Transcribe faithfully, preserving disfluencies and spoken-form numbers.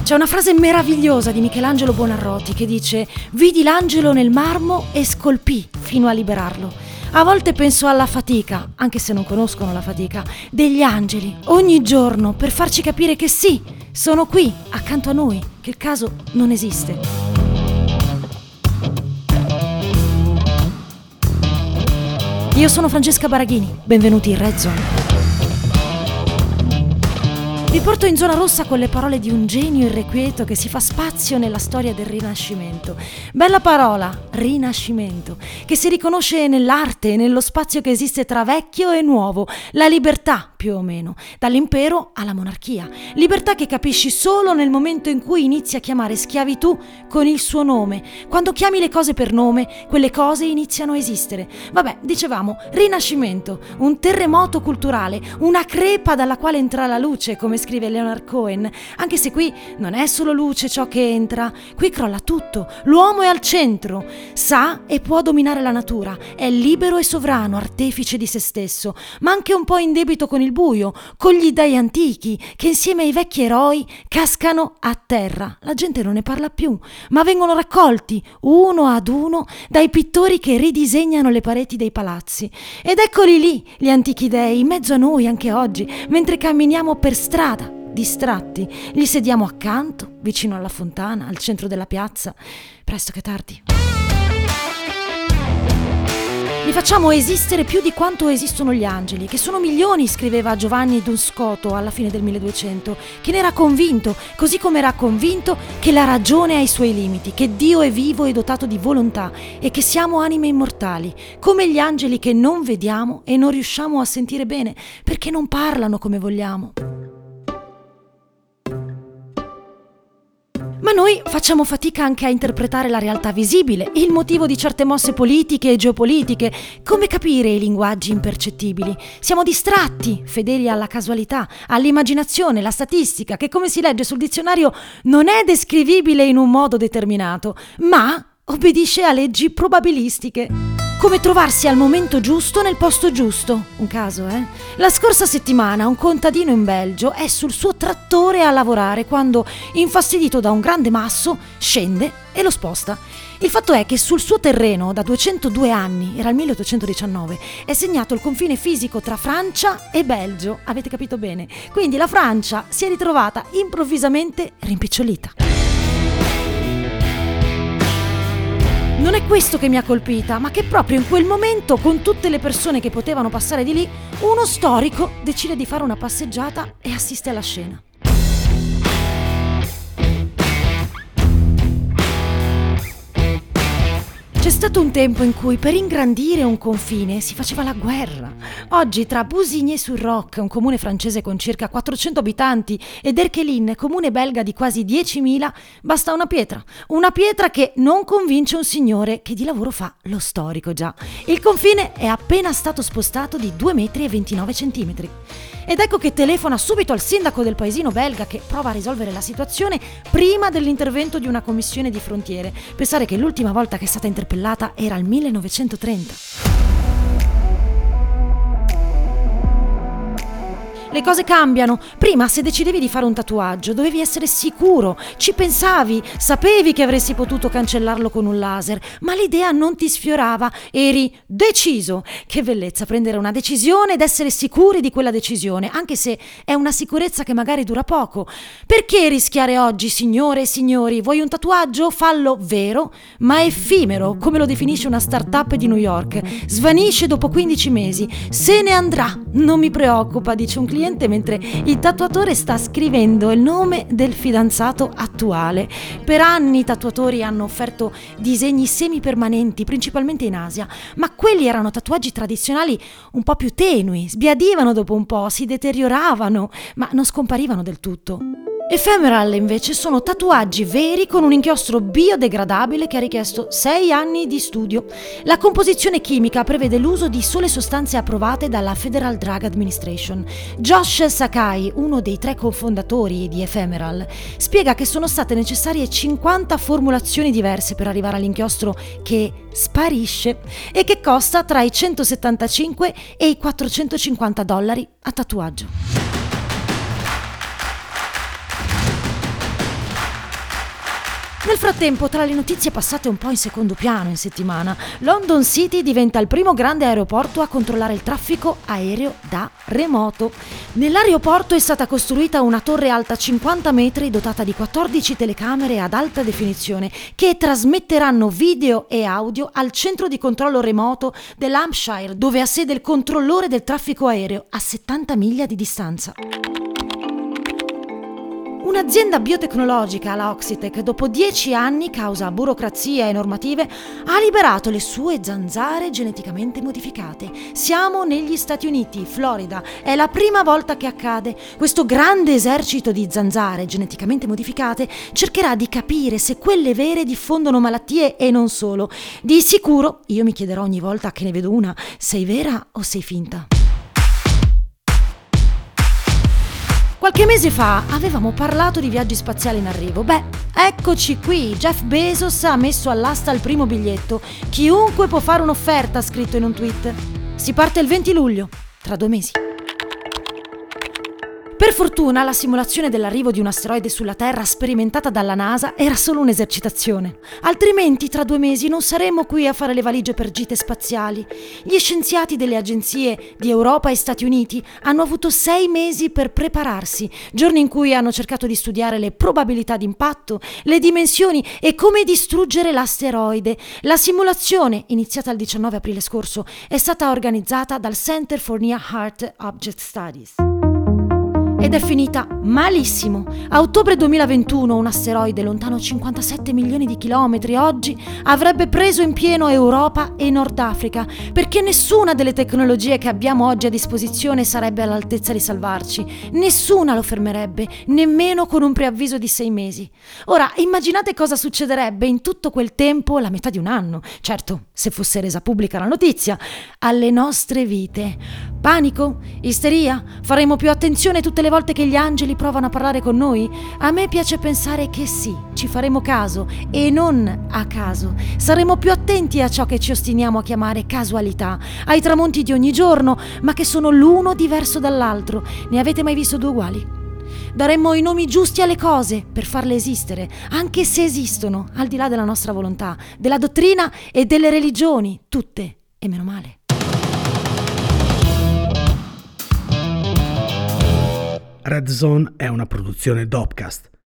C'è una frase meravigliosa di Michelangelo Buonarroti che dice: vidi l'angelo nel marmo e scolpì fino a liberarlo. A volte penso alla fatica, anche se non conoscono la fatica, degli angeli ogni giorno per farci capire che sì, sono qui accanto a noi, che il caso non esiste. Io sono Francesca Baraghini, benvenuti in Red Zone. Vi porto in zona rossa con le parole di un genio irrequieto che si fa spazio nella storia del Rinascimento. Bella parola, Rinascimento, che si riconosce nell'arte e nello spazio che esiste tra vecchio e nuovo, la libertà più o meno, dall'impero alla monarchia. Libertà che capisci solo nel momento in cui inizi a chiamare schiavitù con il suo nome. Quando chiami le cose per nome, quelle cose iniziano a esistere. Vabbè, dicevamo, Rinascimento, un terremoto culturale, una crepa dalla quale entra la luce, come scrive Leonard Cohen, anche se qui non è solo luce ciò che entra, qui crolla tutto, l'uomo è al centro, sa e può dominare la natura, è libero e sovrano, artefice di se stesso, ma anche un po' in debito con il buio, con gli dei antichi, che insieme ai vecchi eroi cascano a terra. La gente non ne parla più, ma vengono raccolti uno ad uno dai pittori che ridisegnano le pareti dei palazzi. Ed eccoli lì, gli antichi dei, in mezzo a noi anche oggi, mentre camminiamo per strada, distratti, gli sediamo accanto, vicino alla fontana, al centro della piazza, presto che tardi. Li facciamo esistere più di quanto esistono gli angeli, che sono milioni, scriveva Giovanni Dunscoto alla fine del milleduecento, che ne era convinto, così come era convinto che la ragione ha i suoi limiti, che Dio è vivo e dotato di volontà e che siamo anime immortali, come gli angeli che non vediamo e non riusciamo a sentire bene, perché non parlano come vogliamo. Ma noi facciamo fatica anche a interpretare la realtà visibile, il motivo di certe mosse politiche e geopolitiche, come capire i linguaggi impercettibili. Siamo distratti, fedeli alla casualità, all'immaginazione, la statistica, che come si legge sul dizionario non è descrivibile in un modo determinato, ma obbedisce a leggi probabilistiche. Come trovarsi al momento giusto nel posto giusto. Un caso, eh? La scorsa settimana un contadino in Belgio è sul suo trattore a lavorare quando, infastidito da un grande masso, scende e lo sposta. Il fatto è che sul suo terreno, da duecentodue anni, era il milleottocentodiciannove, è segnato il confine fisico tra Francia e Belgio. Avete capito bene? Quindi la Francia si è ritrovata improvvisamente rimpicciolita. Non è questo che mi ha colpita, ma che proprio in quel momento, con tutte le persone che potevano passare di lì, uno storico decide di fare una passeggiata e assiste alla scena. C'è stato un tempo in cui per ingrandire un confine si faceva la guerra. Oggi tra Bousigny-sur-Roc, un comune francese con circa quattrocento abitanti, ed Erquelin, comune belga di quasi diecimila, basta una pietra. Una pietra che non convince un signore che di lavoro fa lo storico già. Il confine è appena stato spostato di due metri e ventinove centimetri. Ed ecco che telefona subito al sindaco del paesino belga che prova a risolvere la situazione prima dell'intervento di una commissione di frontiere. Pensare che l'ultima volta che è stata interpellata era il millenovecentotrenta. Le cose cambiano. Prima, se decidevi di fare un tatuaggio, dovevi essere sicuro, ci pensavi, sapevi che avresti potuto cancellarlo con un laser, ma l'idea non ti sfiorava, eri deciso. Che bellezza prendere una decisione ed essere sicuri di quella decisione, anche se è una sicurezza che magari dura poco. Perché rischiare oggi, signore e signori? Vuoi un tatuaggio? Fallo vero, ma effimero, come lo definisce una startup di New York. Svanisce dopo quindici mesi. Se ne andrà, non mi preoccupa, dice un cliente mentre il tatuatore sta scrivendo il nome del fidanzato attuale. Per anni i tatuatori hanno offerto disegni semipermanenti, principalmente in Asia, ma quelli erano tatuaggi tradizionali un po' più tenui, sbiadivano dopo un po', si deterioravano, ma non scomparivano del tutto. Ephemeral invece sono tatuaggi veri con un inchiostro biodegradabile che ha richiesto sei anni di studio. La composizione chimica prevede l'uso di sole sostanze approvate dalla Federal Drug Administration. Josh Sakai, uno dei tre cofondatori di Ephemeral, spiega che sono state necessarie cinquanta formulazioni diverse per arrivare all'inchiostro che sparisce e che costa tra i centosettantacinque e i quattrocentocinquanta dollari a tatuaggio. Nel frattempo, tra le notizie passate un po' in secondo piano in settimana, London City diventa il primo grande aeroporto a controllare il traffico aereo da remoto. Nell'aeroporto è stata costruita una torre alta cinquanta metri dotata di quattordici telecamere ad alta definizione che trasmetteranno video e audio al centro di controllo remoto dell'Hampshire, dove ha sede il controllore del traffico aereo a settanta miglia di distanza. Un'azienda biotecnologica, la Oxitec, dopo dieci anni, causa burocrazia e normative, ha liberato le sue zanzare geneticamente modificate. Siamo negli Stati Uniti, Florida. È la prima volta che accade. Questo grande esercito di zanzare geneticamente modificate cercherà di capire se quelle vere diffondono malattie e non solo. Di sicuro, io mi chiederò ogni volta che ne vedo una, sei vera o sei finta? Qualche mese fa avevamo parlato di viaggi spaziali in arrivo. Beh, eccoci qui. Jeff Bezos ha messo all'asta il primo biglietto. Chiunque può fare un'offerta, ha scritto in un tweet. Si parte il venti luglio, tra due mesi. Per fortuna la simulazione dell'arrivo di un asteroide sulla Terra sperimentata dalla NASA era solo un'esercitazione. Altrimenti tra due mesi non saremmo qui a fare le valigie per gite spaziali. Gli scienziati delle agenzie di Europa e Stati Uniti hanno avuto sei mesi per prepararsi, giorni in cui hanno cercato di studiare le probabilità di impatto, le dimensioni e come distruggere l'asteroide. La simulazione, iniziata il diciannove aprile scorso, è stata organizzata dal Center for Near Earth Object Studies. Ed è finita malissimo. A ottobre duemilaventuno un asteroide lontano cinquantasette milioni di chilometri oggi avrebbe preso in pieno Europa e Nord Africa, perché nessuna delle tecnologie che abbiamo oggi a disposizione sarebbe all'altezza di salvarci. Nessuna lo fermerebbe, nemmeno con un preavviso di sei mesi. Ora, immaginate cosa succederebbe in tutto quel tempo, la metà di un anno, certo, se fosse resa pubblica la notizia, alle nostre vite. Panico? Isteria? Faremo più attenzione tutte le volte che gli angeli provano a parlare con noi? A me piace pensare che sì, ci faremo caso e non a caso. Saremo più attenti a ciò che ci ostiniamo a chiamare casualità, ai tramonti di ogni giorno, ma che sono l'uno diverso dall'altro. Ne avete mai visto due uguali? Daremmo i nomi giusti alle cose per farle esistere, anche se esistono, al di là della nostra volontà, della dottrina e delle religioni, tutte, e meno male. Red Zone è una produzione Dopcast.